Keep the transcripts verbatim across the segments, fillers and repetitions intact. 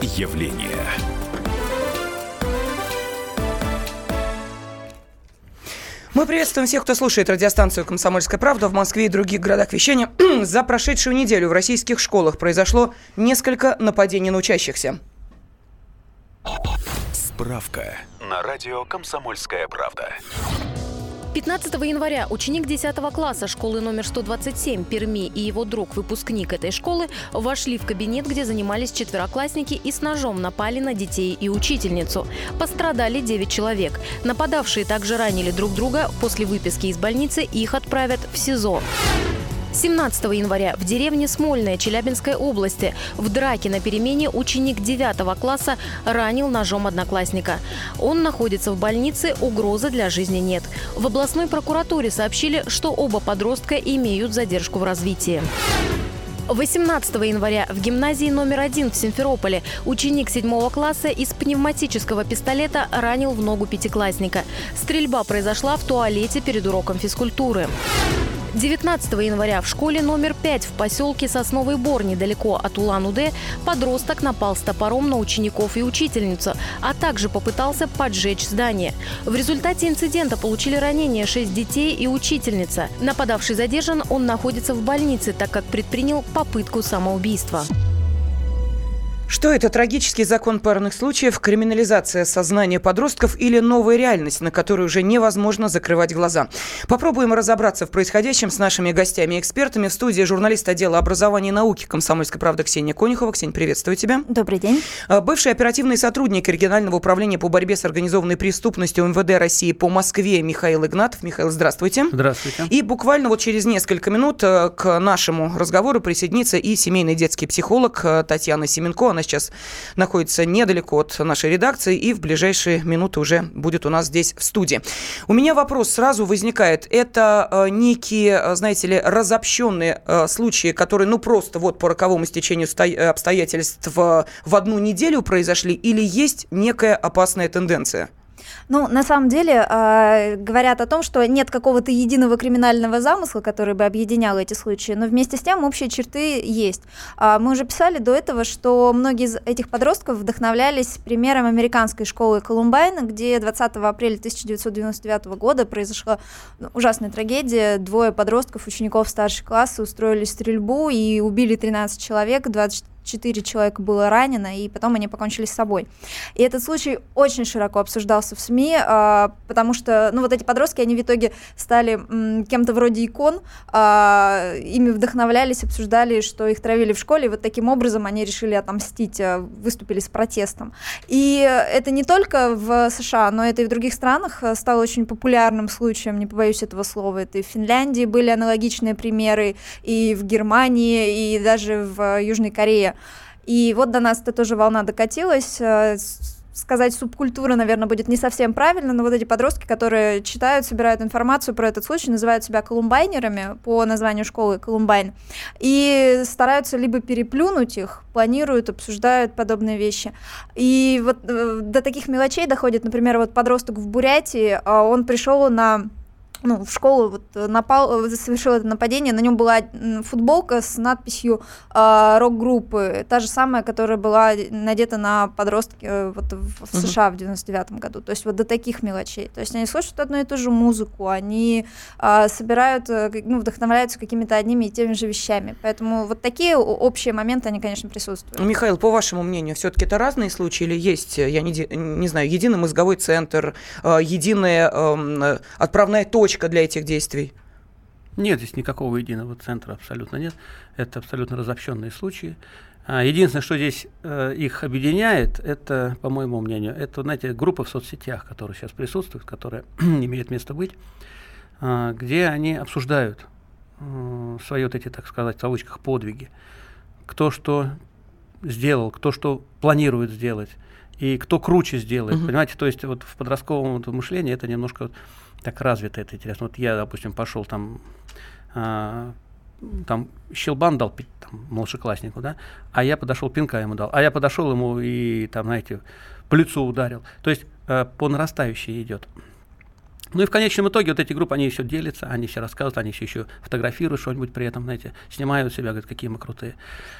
явление. Мы приветствуем всех, кто слушает радиостанцию «Комсомольская правда» в Москве и других городах вещания. За прошедшую неделю в российских школах произошло несколько нападений на учащихся. Справка на радио «Комсомольская правда». пятнадцатого января ученик десятого класса школы номер сто двадцать семь Перми и его друг, выпускник этой школы, вошли в кабинет, где занимались четвероклассники, и с ножом напали на детей и учительницу. Пострадали девять человек. Нападавшие также ранили друг друга. После выписки из больницы их отправят в СИЗО. семнадцатого января в деревне Смольная Челябинской области в драке на перемене ученик девятого класса ранил ножом одноклассника. Он находится в больнице, угрозы для жизни нет. В областной прокуратуре сообщили, что оба подростка имеют задержку в развитии. восемнадцатого января в гимназии номер один в Симферополе ученик седьмого класса из пневматического пистолета ранил в ногу пятиклассника. Стрельба произошла в туалете перед уроком физкультуры. девятнадцатого января в школе номер пять в поселке Сосновый Бор, недалеко от Улан-Удэ, подросток напал с топором на учеников и учительницу, а также попытался поджечь здание. В результате инцидента получили ранения шесть детей и учительница. Нападавший задержан, он находится в больнице, так как предпринял попытку самоубийства. Что это? Трагический закон парных случаев, криминализация сознания подростков или новая реальность, на которую уже невозможно закрывать глаза? Попробуем разобраться в происходящем с нашими гостями и экспертами. В студии журналист отдела образования и науки «Комсомольской правды» Ксения Конюхова. Ксения, приветствую тебя. Добрый день. Бывший оперативный сотрудник регионального управления по борьбе с организованной преступностью МВД России по Москве Михаил Игнатов. Михаил, здравствуйте. Здравствуйте. И буквально вот через несколько минут к нашему разговору присоединится и семейный детский психолог Татьяна Семенко. Она сейчас находится недалеко от нашей редакции и в ближайшие минуты уже будет у нас здесь в студии. У меня вопрос сразу возникает. Это э, некие, знаете ли, разобщенные э, случаи, которые, ну, просто вот по роковому стечению сто... обстоятельств в, в одну неделю произошли, или есть некая опасная тенденция? Ну, на самом деле, э, говорят о том, что нет какого-то единого криминального замысла, который бы объединял эти случаи, но вместе с тем общие черты есть. Э, мы уже писали до этого, что многие из этих подростков вдохновлялись примером американской школы Колумбайн, где двадцатого апреля тысяча девятьсот девяносто девятого года произошла ужасная трагедия. Двое подростков, учеников старшего класса, устроили стрельбу и убили тринадцать человек, двадцать четыре человека было ранено, и потом они покончили с собой. И этот случай очень широко обсуждался в СМИ, э, потому что, ну, вот эти подростки, они в итоге стали м, кем-то вроде икон, э, ими вдохновлялись, обсуждали, что их травили в школе, и вот таким образом они решили отомстить, э, выступили с протестом. И это не только в США, но это и в других странах стало очень популярным случаем, не побоюсь этого слова. Это и в Финляндии были аналогичные примеры, и в Германии, и даже в Южной Корее. И вот до нас эта тоже волна докатилась. Сказать субкультура, наверное, будет не совсем правильно, но вот эти подростки, которые читают, собирают информацию про этот случай, называют себя колумбайнерами по названию школы Колумбайн, и стараются либо переплюнуть их, планируют, обсуждают подобные вещи. И вот до таких мелочей доходит, например, вот подросток в Бурятии, он пришел на... Ну, в школу вот напал, совершил это нападение, на нем была футболка с надписью э, рок-группы, та же самая, которая была надета на подростки вот, в, в США в девяносто девятом году. То есть вот до таких мелочей. То есть они слушают одну и ту же музыку, они э, собирают, ну, вдохновляются какими-то одними и теми же вещами. Поэтому вот такие общие моменты, они, конечно, присутствуют. Михаил, по вашему мнению, все-таки это разные случаи или есть, я не, не знаю, единый мозговой центр, э, единая э, отправная точка для этих действий? Нет, здесь никакого единого центра абсолютно нет. Это абсолютно разобщенные случаи. Единственное, что здесь э, их объединяет, это, по моему мнению, это, знаете, группы в соцсетях, которые сейчас присутствуют, которые имеют место быть, э, где они обсуждают э, свои вот эти, так сказать, в кавычках, подвиги. Кто что сделал, кто что планирует сделать, и кто круче сделает. Uh-huh. Понимаете, то есть вот в подростковом вот, мышлении это немножко... так развито, это интересно. Вот я, допустим, пошел там, а, там щелбан дал там, младшекласснику, да, а я подошел, пинка ему дал, а я подошел ему и, там, знаете, по лицу ударил. То есть а, по нарастающей идет. Ну и в конечном итоге вот эти группы, они все делятся, они все рассказывают, они все еще фотографируют что-нибудь при этом, знаете, снимают себя, говорят, какие мы крутые.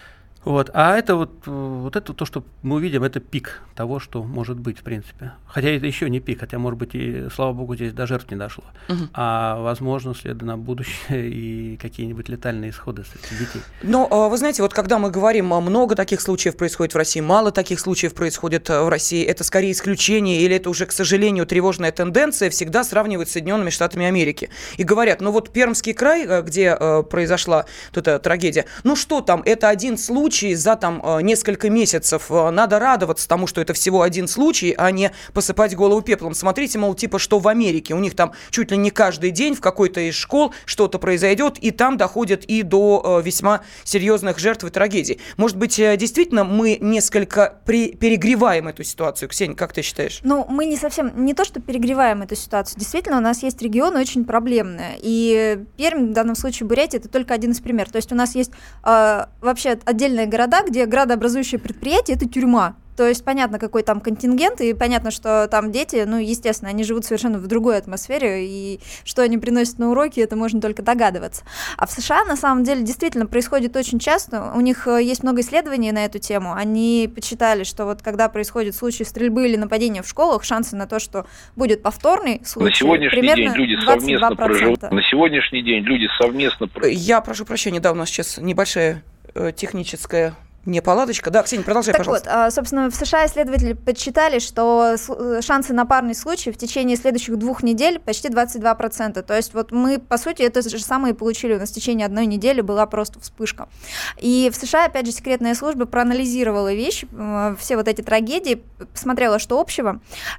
Вот. А это вот, вот это то, что мы увидим, это пик того, что может быть, в принципе. Хотя это еще не пик, хотя, может быть, и, слава богу, здесь до жертв не дошло. Угу. А, возможно, следы на будущее и какие-нибудь летальные исходы среди детей. Но, вы знаете, вот когда мы говорим, много таких случаев происходит в России, мало таких случаев происходит в России, это скорее исключение или это уже, к сожалению, тревожная тенденция, всегда сравнивают с Соединенными Штатами Америки. И говорят, ну вот Пермский край, где произошла вот эта трагедия, ну что там, это один случай, за там несколько месяцев. Надо радоваться тому, что это всего один случай, а не посыпать голову пеплом. Смотрите, мол, типа, что в Америке. У них там чуть ли не каждый день в какой-то из школ что-то произойдет, и там доходит и до весьма серьезных жертв и трагедий. Может быть, действительно, мы несколько при- перегреваем эту ситуацию? Ксения, как ты считаешь? Ну, мы не совсем, не то, что перегреваем эту ситуацию. Действительно, у нас есть регионы очень проблемные. И Пермь, в данном случае Бурятия, это только один из примеров. То есть у нас есть э, вообще отдельная города, где градообразующее предприятие – это тюрьма. То есть понятно, какой там контингент, и понятно, что там дети, ну, естественно, они живут совершенно в другой атмосфере, и что они приносят на уроки, это можно только догадываться. А в США, на самом деле, действительно происходит очень часто. У них есть много исследований на эту тему. Они подсчитали, что вот когда происходит случай стрельбы или нападения в школах, шансы на то, что будет повторный случай, на сегодняшний примерно день люди двадцать два процента. Совместно проживают. На сегодняшний день люди совместно... Я прошу прощения, да, у нас сейчас небольшая э, техническая... неполадочка. Да, Ксения, продолжай, так пожалуйста. Так вот, собственно, в США исследователи подсчитали, что шансы на парный случай в течение следующих двух недель почти двадцать два процента. То есть вот мы, по сути, это же самое и получили. У нас в течение одной недели была просто вспышка. И в США, опять же, секретная служба проанализировала вещи, все вот эти трагедии, посмотрела, что общего,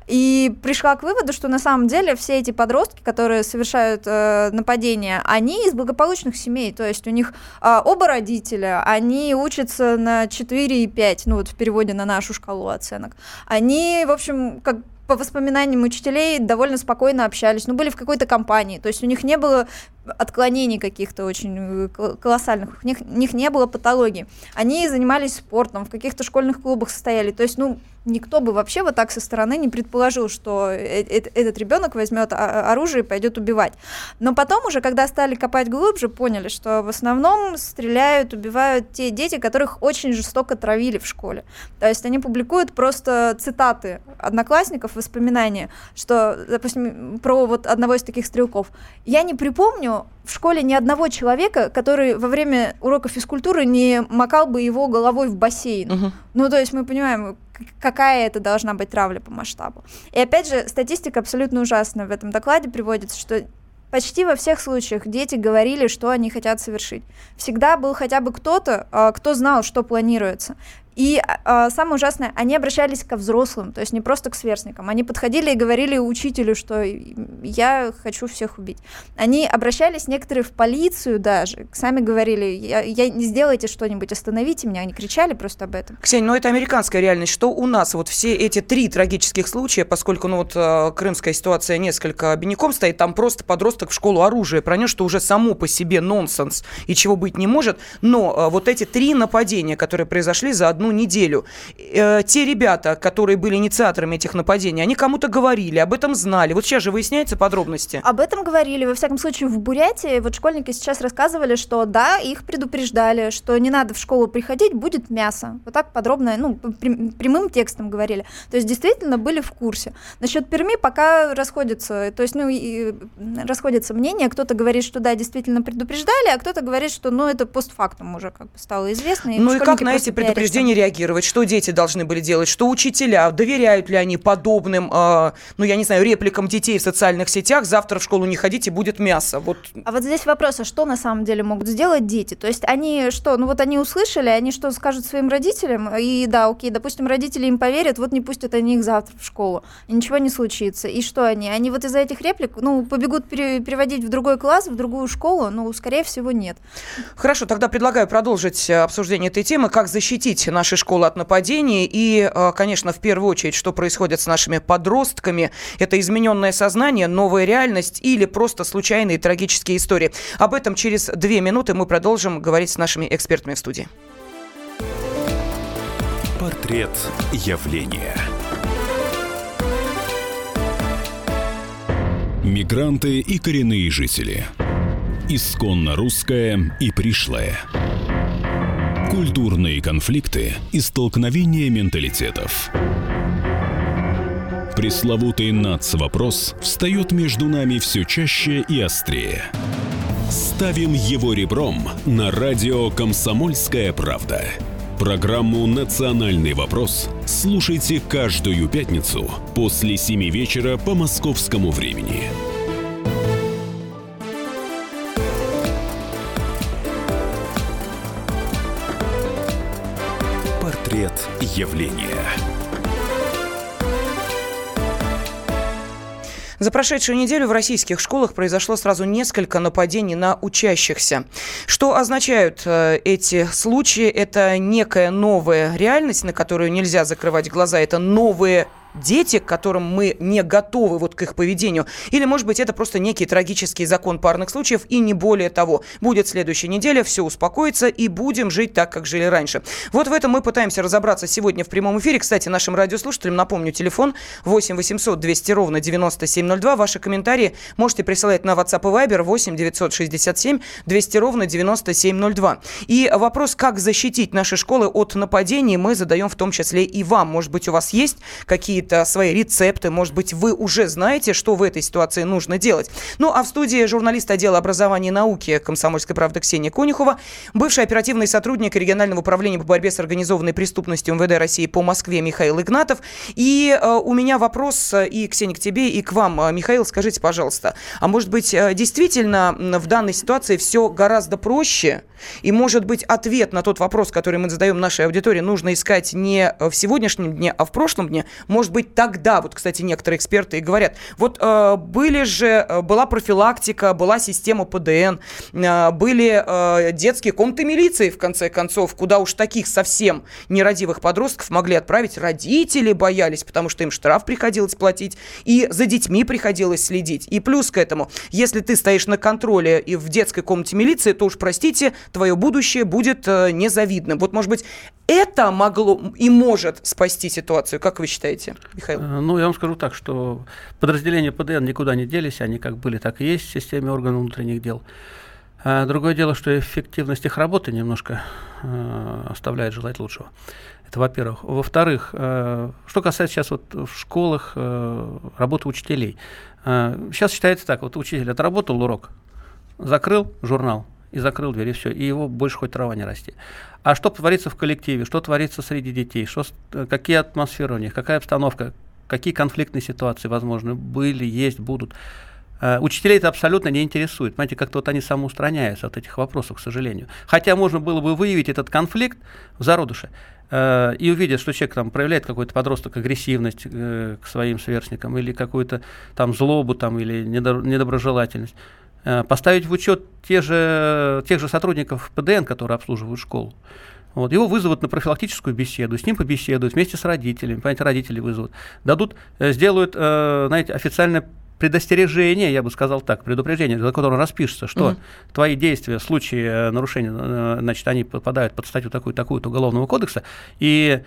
и пришла к выводу, что на самом деле все эти подростки, которые совершают э, нападения, они из благополучных семей. То есть у них э, оба родителя, они учатся на четыре и пять, ну вот в переводе на нашу шкалу оценок. Они, в общем, как по воспоминаниям учителей, довольно спокойно общались, ну, были в какой-то компании, то есть у них не было отклонений каких-то очень колоссальных, у них, у них не было патологии. Они занимались спортом, в каких-то школьных клубах состояли, то есть, ну, никто бы вообще вот так со стороны не предположил, что этот ребенок возьмет оружие и пойдет убивать. Но потом уже, когда стали копать глубже, поняли, что в основном стреляют, убивают те дети, которых очень жестоко травили в школе. То есть они публикуют просто цитаты одноклассников, воспоминания, что, допустим, про вот одного из таких стрелков. Я не припомню в школе ни одного человека, который во время урока физкультуры не макал бы его головой в бассейн. Uh-huh. Ну, то есть мы понимаем, какая это должна быть травля по масштабу. И опять же, статистика абсолютно ужасная. В этом докладе приводится, что почти во всех случаях дети говорили, что они хотят совершить. Всегда был хотя бы кто-то, кто знал, что планируется. И а, самое ужасное, они обращались ко взрослым, то есть не просто к сверстникам. Они подходили и говорили учителю, что я хочу всех убить. Они обращались некоторые в полицию даже, сами говорили, я, я, сделайте что-нибудь, остановите меня. Они кричали просто об этом. Ксения, ну это американская реальность. Что у нас? Вот все эти три трагических случая, поскольку ну вот крымская ситуация несколько обиняком стоит, там просто подросток в школу оружие пронес, что уже само по себе нонсенс и чего быть не может. Но вот эти три нападения, которые произошли за одну неделю. Э, те ребята, которые были инициаторами этих нападений, они кому-то говорили, об этом знали. Вот сейчас же выясняются подробности. Об этом говорили. Во всяком случае, в Бурятии вот школьники сейчас рассказывали, что да, их предупреждали, что не надо в школу приходить, будет мясо. Вот так подробно, ну, прямым текстом говорили. То есть действительно были в курсе. Насчет Перми пока расходятся, то есть, ну, и расходятся мнения. Кто-то говорит, что да, действительно предупреждали, а кто-то говорит, что, ну, это постфактум уже как бы стало известно. И ну и как на эти предупреждения реагировать, что дети должны были делать, что учителя, доверяют ли они подобным, э, ну, я не знаю, репликам детей в социальных сетях, завтра в школу не ходите, будет мясо. Вот. А вот здесь вопрос, а что на самом деле могут сделать дети? То есть они что, ну вот они услышали, они что скажут своим родителям, и да, окей, допустим, родители им поверят, вот не пустят они их завтра в школу, и ничего не случится. И что они? Они вот из-за этих реплик, ну, побегут пере- переводить в другой класс, в другую школу? Ну, скорее всего, нет. Хорошо, тогда предлагаю продолжить обсуждение этой темы, как защитить наши школы от нападений и, конечно, в первую очередь, что происходит с нашими подростками. Это измененное сознание, новая реальность или просто случайные трагические истории. Об этом через две минуты мы продолжим говорить с нашими экспертами в студии. Портрет явления. Мигранты и коренные жители. Исконно русское и пришлое. Культурные конфликты и столкновения менталитетов. Пресловутый нацвопрос встает между нами все чаще и острее. Ставим его ребром на радио «Комсомольская правда». Программу «Национальный вопрос» слушайте каждую пятницу после семи вечера по московскому времени. Портрет явления. За прошедшую неделю в российских школах произошло сразу несколько нападений на учащихся. Что означают э, эти случаи? Это некая новая реальность, на которую нельзя закрывать глаза. Это новые дети, к которым мы не готовы вот к их поведению. Или, может быть, это просто некий трагический закон парных случаев, и не более того. Будет следующая неделя, все успокоится, и будем жить так, как жили раньше. Вот в этом мы пытаемся разобраться сегодня в прямом эфире. Кстати, нашим радиослушателям напомню, телефон восемь восемьсот двести ровно девяносто семь ноль два. Ваши комментарии можете присылать на WhatsApp и Viber восемь девятьсот шестьдесят семь двести ровно девяносто семь ноль два. И вопрос, как защитить наши школы от нападений, мы задаем в том числе и вам. Может быть, у вас есть какие-то свои рецепты, может быть, вы уже знаете, что в этой ситуации нужно делать. Ну, а в студии журналист отдела образования и науки «Комсомольской правды» Ксения Конюхова, бывший оперативный сотрудник регионального управления по борьбе с организованной преступностью МВД России по Москве Михаил Игнатов. И э, у меня вопрос и, Ксения, к тебе, и к вам. Михаил, скажите, пожалуйста, а может быть, действительно в данной ситуации все гораздо проще? И, может быть, ответ на тот вопрос, который мы задаем нашей аудитории, нужно искать не в сегодняшнем дне, а в прошлом дне? Может быть, тогда, вот, кстати, некоторые эксперты и говорят, вот э, были же, была профилактика, была система ПДН, э, были э, детские комнаты милиции, в конце концов, куда уж таких совсем нерадивых подростков могли отправить. Родители боялись, потому что им штраф приходилось платить, и за детьми приходилось следить. И плюс к этому, если ты стоишь на контроле и в детской комнате милиции, то уж, простите, твое будущее будет э, незавидным. Вот, может быть, это могло и может спасти ситуацию, как вы считаете, Михаил? Ну, я вам скажу так, что подразделения ПДН никуда не делись, они как были, так и есть в системе органов внутренних дел. А другое дело, что эффективность их работы немножко э, оставляет желать лучшего. Это во-первых. Во-вторых, э, что касается сейчас вот в школах э, работы учителей. Э, сейчас считается так, вот учитель отработал урок, закрыл журнал, и закрыл дверь, и все, и его больше хоть трава не расти. А что творится в коллективе, что творится среди детей, что, какие атмосферы у них, какая обстановка, какие конфликтные ситуации, возможно, были, есть, будут. Uh, учителей это абсолютно не интересует. Понимаете, как-то вот они самоустраняются от этих вопросов, к сожалению. Хотя можно было бы выявить этот конфликт в зародыше uh, и увидеть, что человек там проявляет какой-то подросток агрессивность uh, к своим сверстникам или какую-то там злобу там, или недо- недоброжелательность. Uh, поставить в учет те же, тех же сотрудников ПДН, которые обслуживают школу. Вот, его вызовут на профилактическую беседу, с ним побеседуют вместе с родителями, понимаете, родители вызовут, дадут, сделают, uh, знаете, официальное предостережение, я бы сказал так, предупреждение, за которым распишется, что mm-hmm. твои действия в случае нарушения, значит, они попадают под статью такую-такую Уголовного кодекса, и,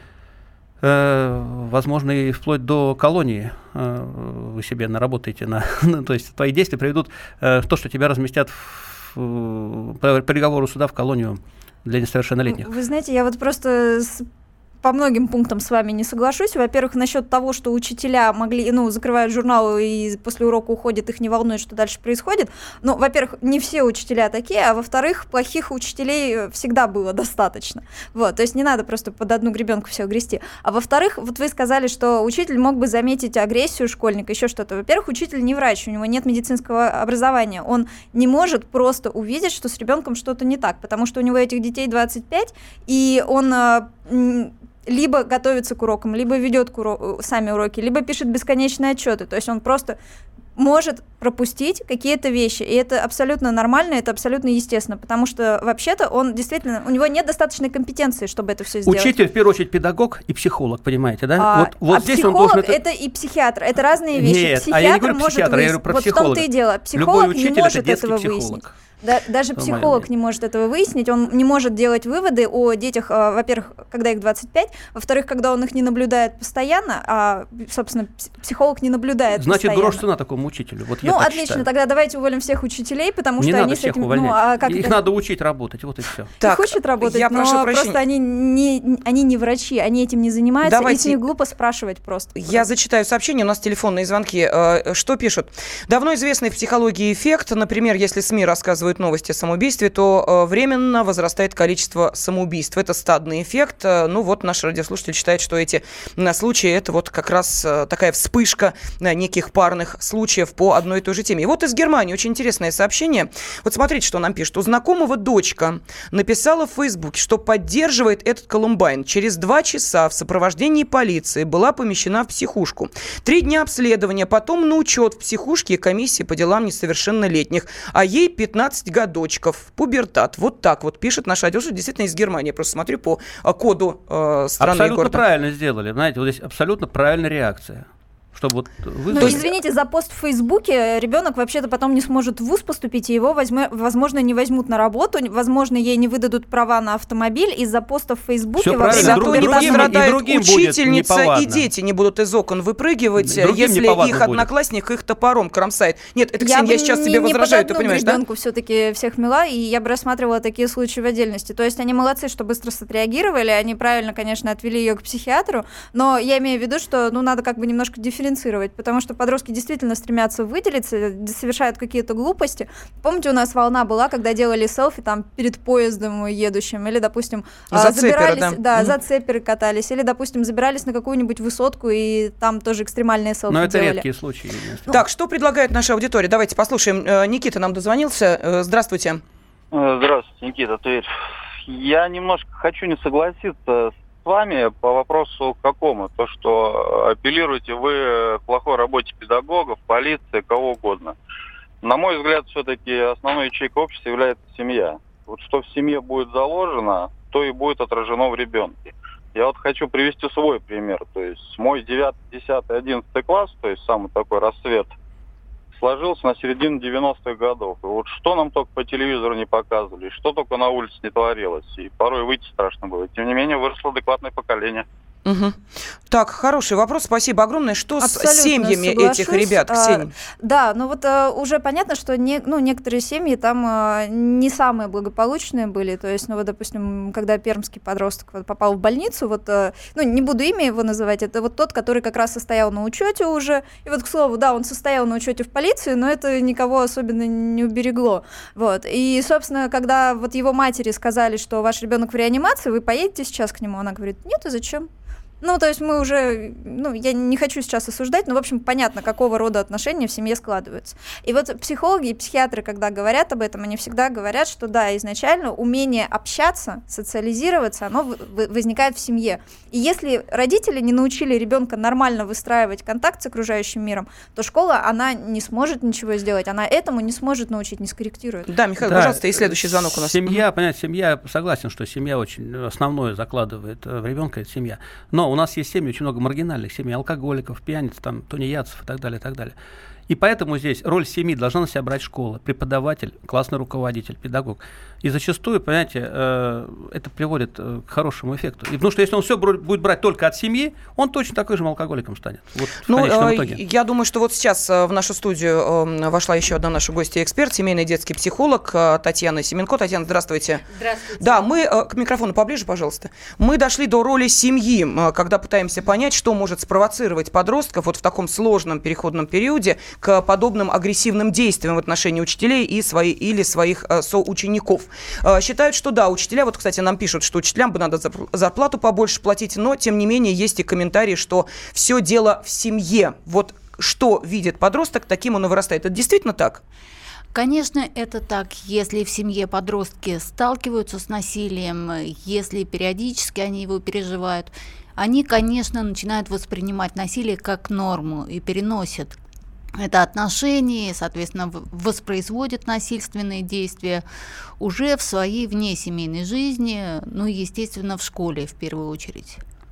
э, возможно, и вплоть до колонии э, вы себе наработаете, на, то есть твои действия приведут э, в то, что тебя разместят в, в, по приговору суда в колонию для несовершеннолетних. Вы знаете, я вот просто... С... По многим пунктам с вами не соглашусь. Во-первых, насчет того, что учителя могли, ну, закрывают журналы и после урока уходят, их не волнует, что дальше происходит. Ну, во-первых, не все учителя такие, а во-вторых, плохих учителей всегда было достаточно. Вот, то есть не надо просто под одну гребенку все грести. А во-вторых, вот вы сказали, что учитель мог бы заметить агрессию школьника, еще что-то. Во-первых, учитель не врач, у него нет медицинского образования. Он не может просто увидеть, что с ребенком что-то не так, потому что у него этих детей двадцать пять, и он... либо готовится к урокам, либо ведет к уро- сами уроки, либо пишет бесконечные отчеты. То есть он просто может пропустить какие-то вещи, и это абсолютно нормально, это абсолютно естественно, потому что вообще-то он действительно, у него нет достаточной компетенции, чтобы это все сделать. Учитель, в первую очередь, педагог и психолог, понимаете, да? А, вот, вот а здесь психолог он должен это... это и психиатр, это разные вещи. Нет, психиатр а я не говорю может психиатра, выяснить. я говорю про вот психолога. В том-то и дело, психолог Любой учитель не может это детский этого психолог. выяснить. Да, даже психолог не может этого выяснить, он не может делать выводы о детях, э, во-первых, когда их двадцать пять, во-вторых, когда он их не наблюдает постоянно, а, собственно, психолог не наблюдает Значит, постоянно. грош цена такому учителю. Вот я ну, так отлично, считаю. тогда давайте уволим всех учителей, потому не что надо они с всех этим... увольнять. Ну, а как их это? надо учить работать, вот и все. Так, их учат работать, я но прошу просто прощения. они не, они не врачи, они этим не занимаются, Давайте... и с них глупо спрашивать просто. Я зачитаю сообщение, у нас телефонные звонки. Э, Что пишут? Давно известный в психологии эффект, например, если СМИ рассказывают новости о самоубийстве, то э, временно возрастает количество самоубийств. Это стадный эффект. Э, Ну вот наш радиослушатель считает, что эти э, случаи, это вот как раз э, такая вспышка э, неких парных случаев по одной и той же теме. И вот из Германии очень интересное сообщение. Вот смотрите, что нам пишут. У знакомого дочка написала в Фейсбуке, что поддерживает этот Колумбайн. Через два часа в сопровождении полиции была помещена в психушку. Три дня обследования, потом на учет в психушке и комиссии по делам несовершеннолетних. А ей пятнадцать годочков. Пубертат. Вот так вот пишет наш радиослушатель. Действительно из Германии. Я просто смотрю по коду э, страны абсолютно и города. Правильно сделали. Знаете, вот здесь абсолютно правильная реакция. Чтобы вот вы... Ну, извините, за пост в Фейсбуке ребенок вообще-то потом не сможет в вуз поступить, и его, возьме, возможно, не возьмут на работу, возможно, ей не выдадут права на автомобиль из-за поста в Фейсбуке. Во время Зато не пострадает учительница, и и дети не будут из окон выпрыгивать, другим если их будет. одноклассник их топором кромсает. Нет, это, я Ксения, я сейчас не, тебе не возражаю, ты понимаешь, да? ребенку все-таки всех мила, и я бы рассматривала такие случаи в отдельности. То есть они молодцы, что быстро отреагировали, они правильно, конечно, отвели ее к психиатру, но я имею в виду, что ну, надо как бы немножко дифференцировать, потому что что подростки действительно стремятся выделиться, совершают какие-то глупости. Помните, у нас волна была, когда делали селфи там перед поездом едущим, или, допустим, за забирались, цеперы, да, да, угу. за цеперы катались, или, допустим, забирались на какую-нибудь высотку и там тоже экстремальные селфи Но это делали. редкие случаи. Ну, так, что предлагает наша аудитория? Давайте послушаем. Никита нам дозвонился. Здравствуйте. Здравствуйте, Никита, Тверь. Я немножко хочу не согласиться с вами по вопросу какому. То, что апеллируете вы к плохой работе педагогов, полиции, кого угодно. На мой взгляд, все-таки основной ячейкой общества является семья. Вот что в семье будет заложено, то и будет отражено в ребенке. Я вот хочу привести свой пример. То есть мой девятый, десятый, одиннадцатый класс, то есть самый такой расцвет, сложился на середину девяностых годов. И вот что нам только по телевизору не показывали, что только на улице не творилось. И порой выйти страшно было. Тем не менее, выросло адекватное поколение. Угу. Так, хороший вопрос, спасибо огромное. Что Абсолютно с семьями соглашусь. этих ребят, Ксения? А, да, ну вот а, уже понятно, что не, ну, некоторые семьи там а, не самые благополучные были. То есть, ну вот, допустим, когда пермский подросток вот, попал в больницу, вот, а, ну не буду имя его называть, это вот тот, который как раз состоял на учете уже. И вот, к слову, да, он состоял на учете в полиции, но это никого особенно не уберегло. Вот. И, собственно, когда вот его матери сказали, что ваш ребенок в реанимации, вы поедете сейчас к нему, она говорит, нет, и зачем? Ну, то есть мы уже, ну, я не хочу сейчас осуждать, но, в общем, понятно, какого рода отношения в семье складываются. И вот психологи и психиатры, когда говорят об этом, они всегда говорят, что, да, изначально умение общаться, социализироваться, оно возникает в семье. И если родители не научили ребенка нормально выстраивать контакт с окружающим миром, то школа, она не сможет ничего сделать, она этому не сможет научить, не скорректирует. Да, Михаил, да, пожалуйста, и следующий звонок у нас. Семья, понятно, семья, согласен, что семья очень основное закладывает в ребенка, это семья. Но у нас есть семьи, очень много маргинальных семей, алкоголиков, пьяниц, там, тунеядцев и так далее, и так далее. И поэтому здесь роль семьи должна на себя брать школа, преподаватель, классный руководитель, педагог. И зачастую, понимаете, э, это приводит э, к хорошему эффекту. И потому что если он все будет брать только от семьи, он точно такой же алкоголиком станет. Вот в ну, конечном э, итоге. Я думаю, что вот сейчас э, в нашу студию э, вошла еще одна наша гостья-эксперт, семейный детский психолог э, Татьяна Семенко. Татьяна, здравствуйте. Здравствуйте. Да, мы, э, к микрофону поближе, пожалуйста. Мы дошли до роли семьи, э, когда пытаемся понять, что может спровоцировать подростков вот в таком сложном переходном периоде к подобным агрессивным действиям в отношении учителей и свои, или своих э, соучеников. Э, считают, что да, учителя, вот, кстати, нам пишут, что учителям бы надо зарплату побольше платить, но, тем не менее, есть и комментарии, что все дело в семье. Вот что видит подросток, таким он и вырастает. Это действительно так? Конечно, это так. Если в семье подростки сталкиваются с насилием, если периодически они его переживают, они, конечно, начинают воспринимать насилие как норму и переносят это отношение, соответственно, воспроизводят насильственные действия уже в своей внесемейной жизни, ну, естественно, в школе в первую очередь.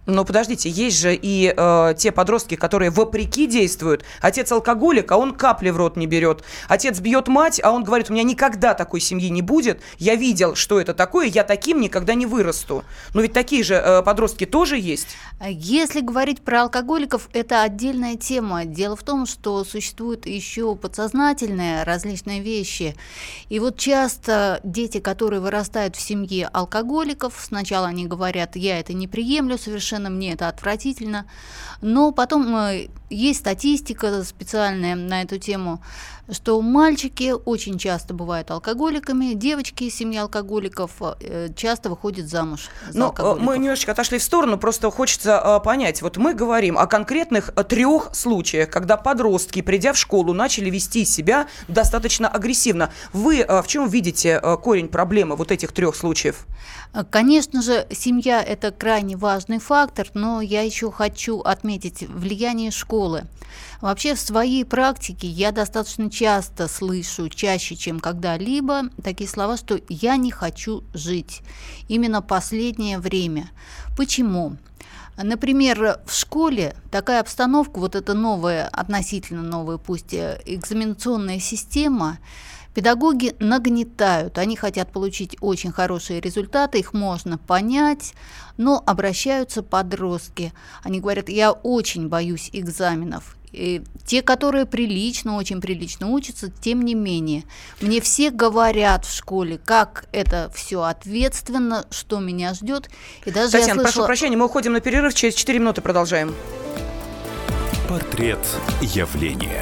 Но подождите, есть же и э, те подростки, которые вопреки действуют. Отец алкоголик, а он капли в рот не берет. Отец бьет мать, а он говорит, у меня никогда такой семьи не будет. Я видел, что это такое, я таким никогда не вырасту. Но ведь такие же э, подростки тоже есть. Если говорить про алкоголиков, это отдельная тема. Дело в том, что существуют еще подсознательные различные вещи. И вот часто дети, которые вырастают в семье алкоголиков, сначала они говорят, я это не приемлю совершенно, мне это отвратительно, но потом э, есть статистика специальная на эту тему, что мальчики очень часто бывают алкоголиками, девочки из семьи алкоголиков э, часто выходят замуж за Но алкоголиков. Мы немножечко отошли в сторону, просто хочется э, понять, вот мы говорим о конкретных э, трех случаях, когда подростки, придя в школу, начали вести себя достаточно агрессивно. Вы э, в чем видите э, корень проблемы вот этих трех случаев? Конечно же, семья – это крайне важный фактор, но я еще хочу отметить влияние школы. Вообще в своей практике я достаточно часто слышу, чаще, чем когда-либо, такие слова, что «я не хочу жить». Именно последнее время. Почему? Например, в школе такая обстановка, вот эта новая, относительно новая, пусть экзаменационная система, педагоги нагнетают, они хотят получить очень хорошие результаты, их можно понять, но обращаются подростки. Они говорят, я очень боюсь экзаменов. И те, которые прилично, очень прилично учатся, тем не менее. Мне все говорят в школе, как это все ответственно, что меня ждет. И даже Татьяна, я слышала... прошу прощения, мы уходим на перерыв, через четыре минуты продолжаем. Портрет явления.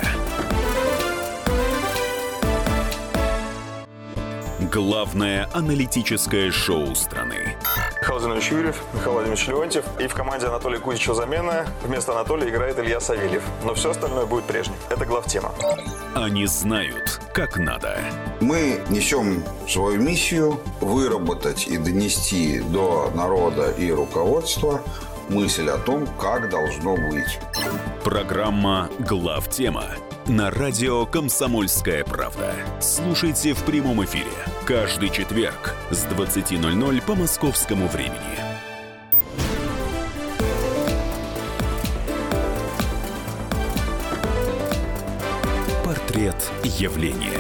Главное аналитическое шоу страны. Михаил Владимирович Юрьев, Михаил Владимирович Леонтьев. И в команде Анатолия Кузичева замена. Вместо Анатолия играет Илья Савельев. Но все остальное будет прежним. Это главтема. Они знают, как надо. Мы несем свою миссию выработать и донести до народа и руководства мысль о том, как должно быть. Программа «Главтема» на радио «Комсомольская правда». Слушайте в прямом эфире каждый четверг с двадцати ноль-ноль по московскому времени. Портрет явления.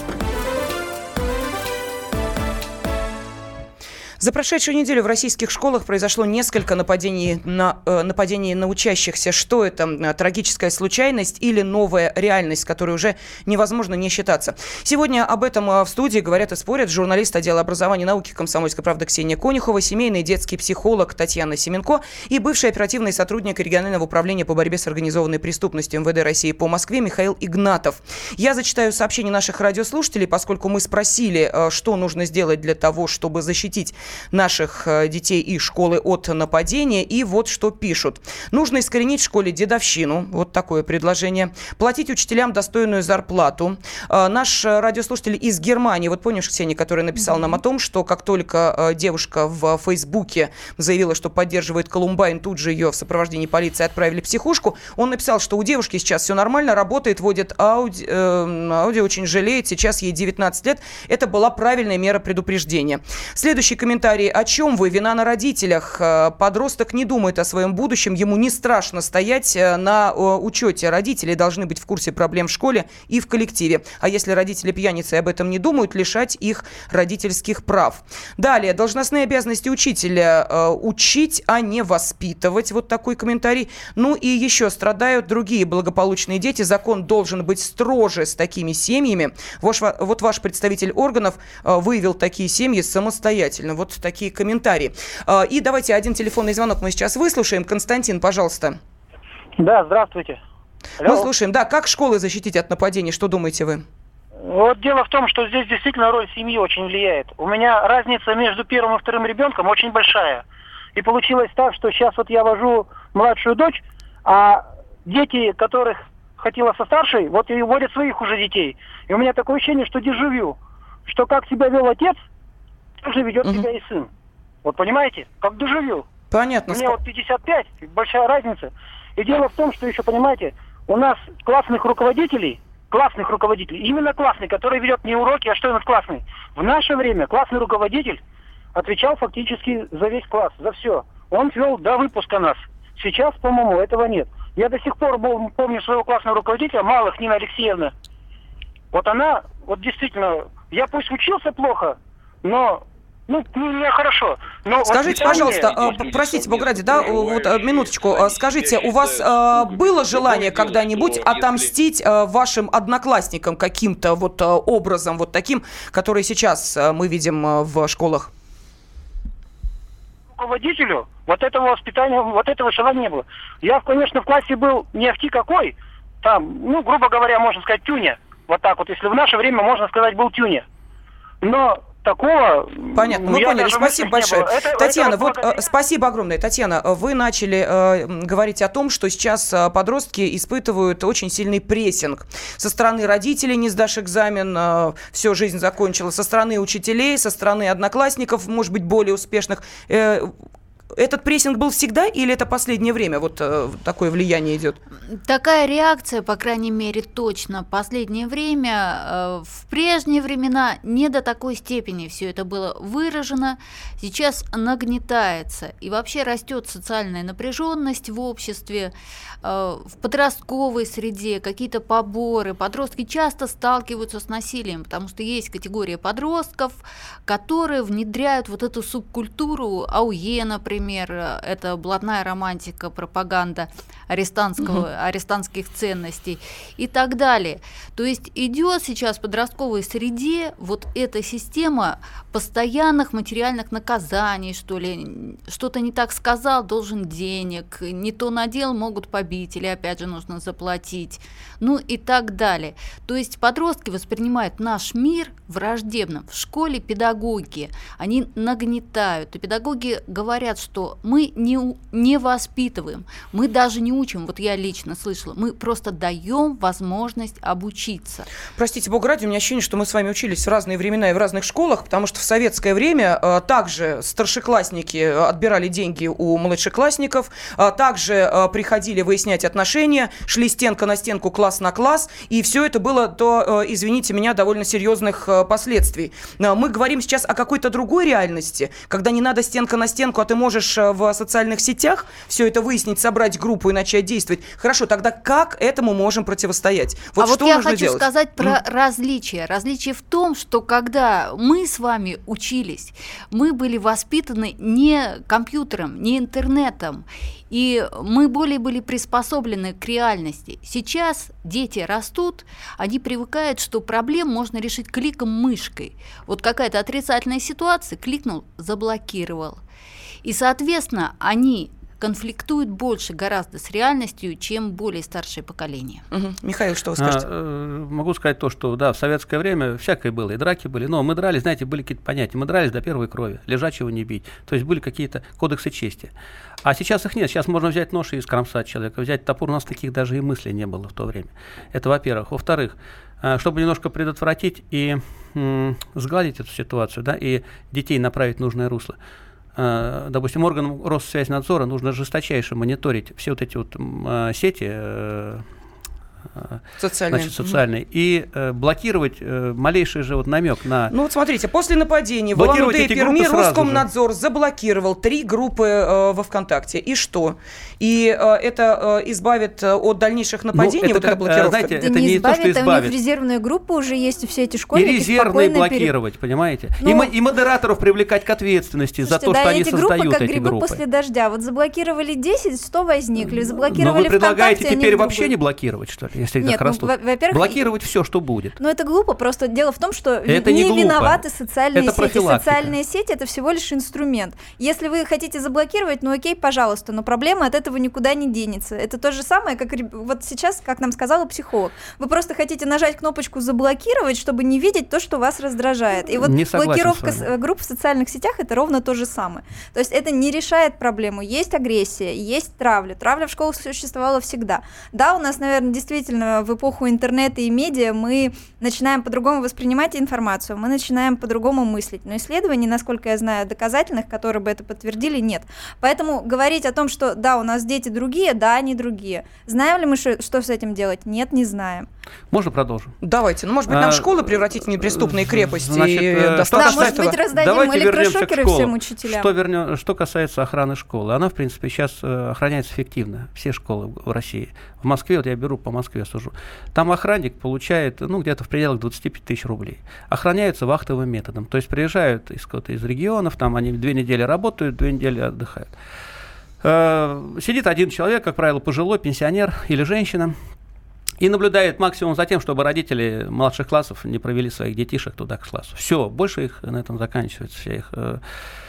За прошедшую неделю в российских школах произошло несколько нападений на, э, нападений на учащихся. Что это? Трагическая случайность или новая реальность, с которой уже невозможно не считаться? Сегодня об этом в студии говорят и спорят журналист отдела образования и науки «Комсомольской правды» Ксения Конюхова, семейный и детский психолог Татьяна Семенко и бывший оперативный сотрудник регионального управления по борьбе с организованной преступностью эм вэ дэ России по Москве Михаил Игнатов. Я зачитаю сообщения наших радиослушателей, поскольку мы спросили, что нужно сделать для того, чтобы защитить наших детей и школы от нападения. И вот что пишут. Нужно искоренить в школе дедовщину. Вот такое предложение. Платить учителям достойную зарплату. Наш радиослушатель из Германии, вот помнишь, Ксения, который написал mm-hmm. нам о том, что как только девушка в Фейсбуке заявила, что поддерживает Колумбайн, тут же ее в сопровождении полиции отправили в психушку. Он написал, что у девушки сейчас все нормально, работает, водит Ауди, э, Ауди, очень жалеет, сейчас ей девятнадцать лет. Это была правильная мера предупреждения. Следующий комментарий. О чем вы? Вина на родителях. Подросток не думает о своем будущем. Ему не страшно стоять на учете. Родители должны быть в курсе проблем в школе и в коллективе. А если родители пьяницы об этом не думают, лишать их родительских прав. Далее. Должностные обязанности учителя. Учить, а не воспитывать. Вот такой комментарий. Ну и еще страдают другие благополучные дети. Закон должен быть строже с такими семьями. Вот ваш представитель органов выявил такие семьи самостоятельно. Вот такие комментарии. И давайте один телефонный звонок мы сейчас выслушаем. Константин, пожалуйста. Да, здравствуйте. Алло. Мы слушаем. Да, как школы защитить от нападений? Что думаете вы? Вот дело в том, что здесь действительно роль семьи очень влияет. У меня разница между первым и вторым ребенком очень большая. И получилось так, что сейчас вот я вожу младшую дочь, а дети, которых хотела со старшей, вот и водят своих уже детей. И у меня такое ощущение, что дежавю. Что как себя вел отец, так же ведет себя и сын. Вот понимаете, как дежавю. Понятно. Мне вот пятьдесят пять, большая разница. И дело в том, что еще, понимаете, у нас классных руководителей, классных руководителей, именно классный, который ведет не уроки, а что он классный. В наше время классный руководитель отвечал фактически за весь класс, за все. он вел до выпуска нас. Сейчас, по-моему, этого нет. Я до сих пор был, помню своего классного руководителя, Малых Нина Алексеевна. Вот она, вот действительно, я пусть учился плохо, но... Ну, не хорошо. Но скажите, вот пожалуйста, э, простите, Бог ради, да, вот минуточку, скажите, у вас э, было желание когда-нибудь отомстить э, вашим одноклассникам каким-то вот э, образом, вот таким, который сейчас э, мы видим э, в школах? Руководителю вот этого воспитания, вот этого желания не было. Я, конечно, в классе был не ахти какой, там, ну, грубо говоря, можно сказать, тюня. Вот так вот, если в наше время, можно сказать, был тюня. Но... такого... Понятно, мы поняли. Спасибо большое. Это, Татьяна, это вот э, спасибо огромное. Татьяна, вы начали э, говорить о том, что сейчас подростки испытывают очень сильный прессинг. Со стороны родителей не сдашь экзамен, э, все, жизнь закончилась. Со стороны учителей, со стороны одноклассников, может быть, более успешных. Э, Этот прессинг был всегда или это последнее время вот э, такое влияние идет? Такая реакция, по крайней мере, точно. Последнее время, э, в прежние времена не до такой степени все это было выражено. Сейчас нагнетается. И вообще растет социальная напряженность в обществе, э, в подростковой среде, какие-то поборы. Подростки часто сталкиваются с насилием, потому что есть категория подростков, которые внедряют вот эту субкультуру АУЕ, например, Например, это блатная романтика, пропаганда арестантского, угу. арестантских ценностей и так далее. То есть идет сейчас в подростковой среде вот эта система постоянных материальных наказаний, что ли. Что-то не так сказал, должен денег, не то надел, могут побить, или опять же нужно заплатить, ну и так далее. То есть подростки воспринимают наш мир враждебным. В школе педагоги, они нагнетают, и педагоги говорят, что мы не, не воспитываем, мы даже не учим, вот я лично слышала, мы просто даем возможность обучиться. Простите, Бог ради, у меня ощущение, что мы с вами учились в разные времена и в разных школах, потому что в советское время э, также старшеклассники отбирали деньги у младшеклассников, э, также э, приходили выяснять отношения, шли стенка на стенку, класс на класс, и все это было до, э, извините меня, довольно серьезных э, последствий. Э, мы говорим сейчас о какой-то другой реальности, когда не надо стенка на стенку, а ты можешь в социальных сетях все это выяснить, собрать группу и начать действовать. Хорошо, тогда как этому можем противостоять? Вот а что вот я нужно хочу делать? сказать про Mm. различия. Различие в том, что когда мы с вами учились, мы были воспитаны не компьютером, не интернетом, и мы более были приспособлены к реальности. Сейчас дети растут, они привыкают, что проблем можно решить кликом мышкой. Вот какая-то отрицательная ситуация, кликнул, заблокировал. И, соответственно, они конфликтуют больше гораздо с реальностью, чем более старшее поколение. Угу. Михаил, что вы скажете? А, могу сказать то, что да, в советское время всякое было, и драки были, но мы дрались, знаете, были какие-то понятия, мы дрались до первой крови, лежачего не бить, то есть были какие-то кодексы чести. А сейчас их нет, сейчас можно взять нож и скромсать человека, взять топор, у нас таких даже и мыслей не было в то время. Это во-первых. Во-вторых, чтобы немножко предотвратить и м- сгладить эту ситуацию, да, и детей направить в нужное русло, допустим, органам Россвязьнадзора нужно жесточайше мониторить все вот эти вот э, сети э, социальные, значит, социальные mm-hmm. и э, блокировать э, малейший же вот намек на... Ну вот смотрите, после нападения в Улан-Удэ и Перми Роскомнадзор заблокировал три группы э, во ВКонтакте. И что? И э, это э, избавит от дальнейших нападений, ну, вот эта блокировка? Знаете, это, это не, не избавит, то, что избавит. У них резервные группы уже есть, и все эти школьники. И резервные блокировать, пере... понимаете? Ну, и, и модераторов привлекать к ответственности слушайте, за то, да, что они эти создают группы, как эти грибы группы. После дождя. Вот заблокировали десять, сто возникли. Заблокировали Но вы предлагаете ВКонтакте, теперь вообще не блокировать, что ли, если Нет, так растут? Ну, во-первых, блокировать все, что будет. Ну, это глупо. Просто дело в том, что это не, не виноваты социальные это сети. Социальные сети – это всего лишь инструмент. Если вы хотите заблокировать, ну окей, пожалуйста, но проблема от этого никуда не денется. Это то же самое, как вот сейчас, как нам сказала психолог. Вы просто хотите нажать кнопочку «заблокировать», чтобы не видеть то, что вас раздражает. И вот блокировка групп в социальных сетях – это ровно то же самое. То есть это не решает проблему. Есть агрессия, есть травля. Травля в школах существовала всегда. Да, у нас, наверное, действительно действительно, в эпоху интернета и медиа мы начинаем по-другому воспринимать информацию, мы начинаем по-другому мыслить. Но исследований, насколько я знаю, доказательных, которые бы это подтвердили, нет. Поэтому говорить о том, что да, у нас дети другие, да, они другие. Знаем ли мы, что, что с этим делать? Нет, не знаем. Можно продолжим? Давайте. Ну, может быть, нам а, школы превратить в неприступные крепости? Значит, и э, да, может быть, раздадим Давайте электрошокеры всем учителям. Что, вернем, что касается охраны школы. Она, в принципе, сейчас э, охраняется эффективно. Все школы в России. В Москве, вот я беру по Москве сужу. Там охранник получает, ну, где-то в пределах двадцать пять тысяч рублей. Охраняются вахтовым методом. То есть приезжают из, из регионов, там они две недели работают, две недели отдыхают. Э, сидит один человек, как правило, пожилой, пенсионер или женщина, и наблюдает максимум за тем, чтобы родители младших классов не провели своих детишек туда к классу. Все, больше их на этом заканчивается, вся их э,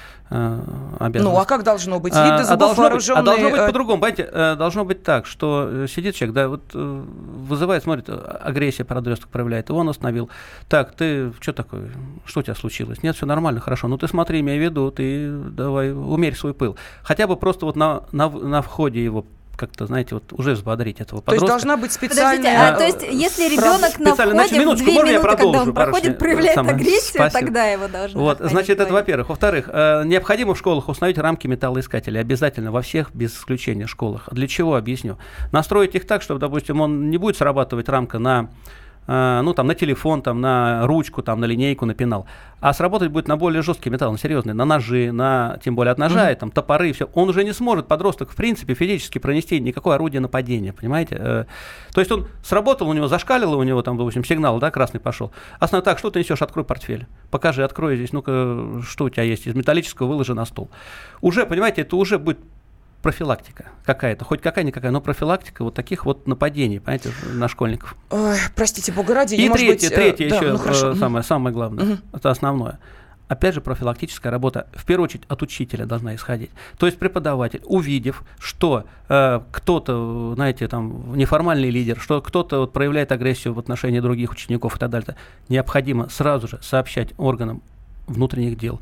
э, обязанность. Ну, а как должно быть? Вид до зубов а, должно вооруженный... быть, а должно быть по-другому. Понимаете, э, должно быть так, что сидит человек, да, вот э, вызывает, смотрит, агрессия подросток проявляет, его он остановил. Так, ты что такое? Что у тебя случилось? Нет, все нормально, хорошо. Ну, ты смотри, имей в виду, ты давай умерь свой пыл. Хотя бы просто вот на, на, на входе его как-то, знаете, вот уже взбодрить этого подростка. То есть должна быть специальная... Подождите, а, то есть если ребенок на входе значит, в две минуты, продолжу, когда он проходит, проявляет самое, агрессию, спасибо. Тогда его должны... Вот, значит, это во-первых. Во-вторых, э, необходимо в школах установить рамки металлоискателей. Обязательно во всех, без исключения, школах. Для чего? Объясню. Настроить их так, чтобы, допустим, он не будет срабатывать рамка на... ну, там, на телефон, там, на ручку, там, на линейку, на пенал. А сработать будет на более жесткий металл, на серьезный, на ножи, на, тем более от ножа, mm-hmm. там, топоры, все. Он уже не сможет, подросток, в принципе, физически пронести никакое орудие нападения, понимаете? То есть он сработал, у него зашкалило, у него там, допустим, сигнал, да, красный пошел. Основное, так, что ты несешь, открой портфель. Покажи, открой здесь, ну-ка, что у тебя есть, из металлического выложи на стол. Уже, понимаете, это уже будет профилактика какая-то, хоть какая-никакая, но профилактика вот таких вот нападений, понимаете, на школьников. Ой, простите, бога ради. И третье, быть, третье э, еще да, ну, э, самое, самое главное, угу. это основное. Опять же, профилактическая работа, в первую очередь, от учителя должна исходить. То есть преподаватель, увидев, что э, кто-то, знаете, там, неформальный лидер, что кто-то вот, проявляет агрессию в отношении других учеников и так далее, необходимо сразу же сообщать органам внутренних дел.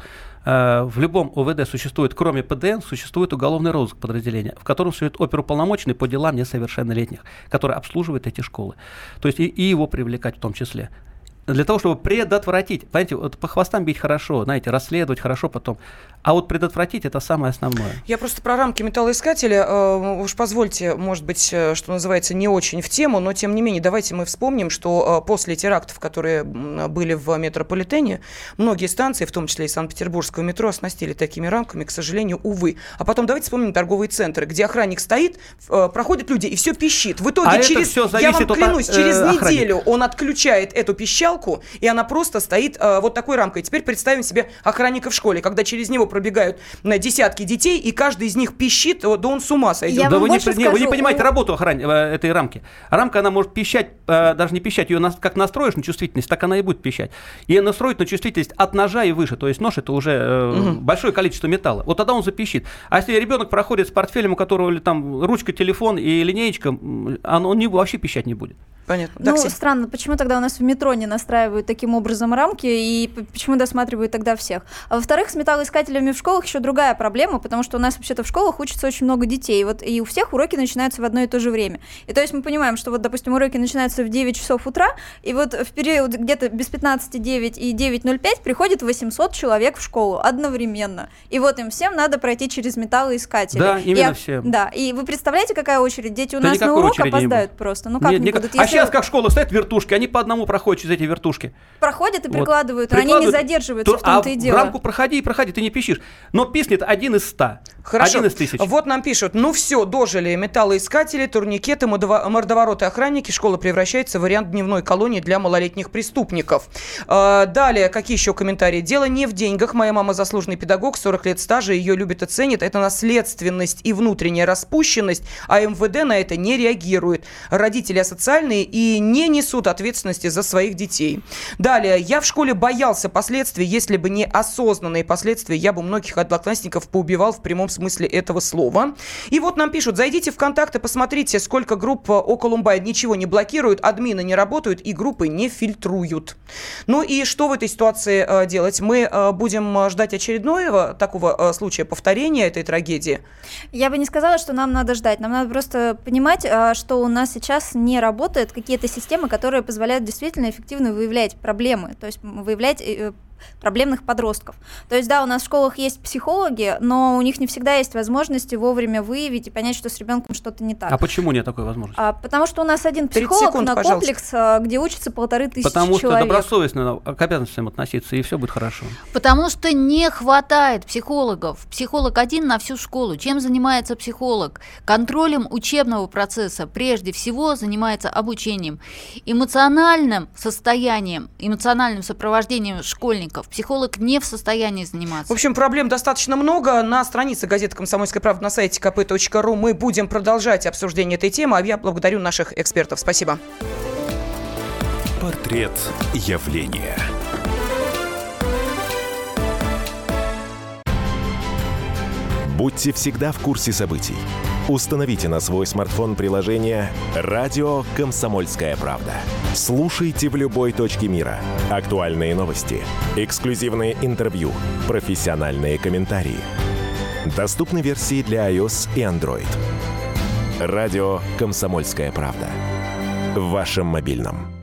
В любом ОВД существует, кроме ПДН, существует уголовный розыск подразделения, в котором существует оперуполномоченный по делам несовершеннолетних, который обслуживает эти школы. То есть и, и его привлекать в том числе. Для того, чтобы предотвратить, понимаете, вот по хвостам бить хорошо, знаете, расследовать хорошо потом, а вот предотвратить это самое основное. Я просто про рамки металлоискателя, э, уж позвольте, может быть, что называется, не очень в тему, но тем не менее, давайте мы вспомним, что э, после терактов, которые были в метрополитене, многие станции, в том числе и Санкт-Петербургского метро, оснастили такими рамками, к сожалению, увы. А потом давайте вспомним торговые центры, где охранник стоит, э, проходят люди и все пищит. В итоге а через, я вам клянусь, от, э, через охранника. неделю он отключает эту пищалку, и она просто стоит э, вот такой рамкой. Теперь представим себе охранника в школе, когда через него пробегают на десятки детей, и каждый из них пищит, да он с ума сойдет. Я да вы не, скажу, не, вы не понимаете работу охран... этой рамки. Рамка, она может пищать, э, даже не пищать, ее на... как настроишь на чувствительность, так она и будет пищать. И настроить на чувствительность от ножа и выше, то есть нож это уже э, угу. большое количество металла. Вот тогда он запищит. А если ребенок проходит с портфелем, у которого там ручка, телефон и линеечка, он, он не, вообще пищать не будет. Понятно. Ну, Такси. Странно, почему тогда у нас в метро не настраивают таким образом рамки, и почему досматривают тогда всех? А во-вторых, с металлоискателями в школах еще другая проблема, потому что у нас вообще-то в школах учатся очень много детей, вот, и у всех уроки начинаются в одно и то же время. И то есть мы понимаем, что вот, допустим, уроки начинаются в девять часов утра, и вот в период где-то без пятнадцати девять и девять ноль пять приходит восемьсот человек в школу одновременно. И вот им всем надо пройти через металлоискатели. Да, именно и, всем. Да, и вы представляете, какая очередь? Дети у да нас на урок опоздают просто. Ну как не, не будут? А сейчас как школа стоит вертушки, они по одному проходят через эти вертушки. Проходят и вот. прикладывают, но прикладывают, они не задерживаются, то, в том-то а и дело. в рамку проходи и проходи, ты не пищишь. Но писнет один из ста. Хорошо. Один из тысяч. Вот нам пишут, ну все, дожили металлоискатели, турникеты, мордовороты, охранники, школа превращается в вариант дневной колонии для малолетних преступников. Далее, какие еще комментарии? Дело не в деньгах. Моя мама заслуженный педагог, сорок лет стажа, ее любят и ценят. Это наследственность и внутренняя распущенность, а МВД на это не реагирует. Родители асоциальные и не несут ответственности за своих детей. Далее. Я в школе боялся последствий. Если бы не осознанные последствия, я бы многих одноклассников поубивал в прямом смысле этого слова. И вот нам пишут, зайдите в ВКонтакте, посмотрите, сколько групп о Колумбайн ничего не блокируют, админы не работают и группы не фильтруют. Ну и что в этой ситуации э, делать? Мы э, будем ждать очередного такого э, случая повторения этой трагедии? Я бы не сказала, что нам надо ждать. Нам надо просто понимать, э, что у нас сейчас не работают какие-то системы, которые позволяют действительно эффективно выявлять проблемы, то есть выявлять э, проблемных подростков. То есть, да, у нас в школах есть психологи, но у них не всегда есть возможности вовремя выявить и понять, что с ребенком что-то не так. А почему нет такой возможности? А, потому что у нас один психолог секунд, на пожалуйста. комплекс, где учатся полторы тысячи Потому человек. что добросовестно к обязанностям относиться, и все будет хорошо. Потому что не хватает психологов. Психолог один на всю школу. Чем занимается психолог? Контролем учебного процесса. Прежде всего занимается обучением. Эмоциональным состоянием, эмоциональным сопровождением школьников психолог не в состоянии заниматься. В общем, проблем достаточно много. На странице газеты «Комсомольская правда» на сайте ка пэ точка ру мы будем продолжать обсуждение этой темы. А я благодарю наших экспертов. Спасибо. Портрет явления. Будьте всегда в курсе событий. Установите на свой смартфон приложение «Радио Комсомольская правда». Слушайте в любой точке мира. Актуальные новости, эксклюзивные интервью, профессиональные комментарии. Доступны версии для iOS и Android. «Радио Комсомольская правда». В вашем мобильном.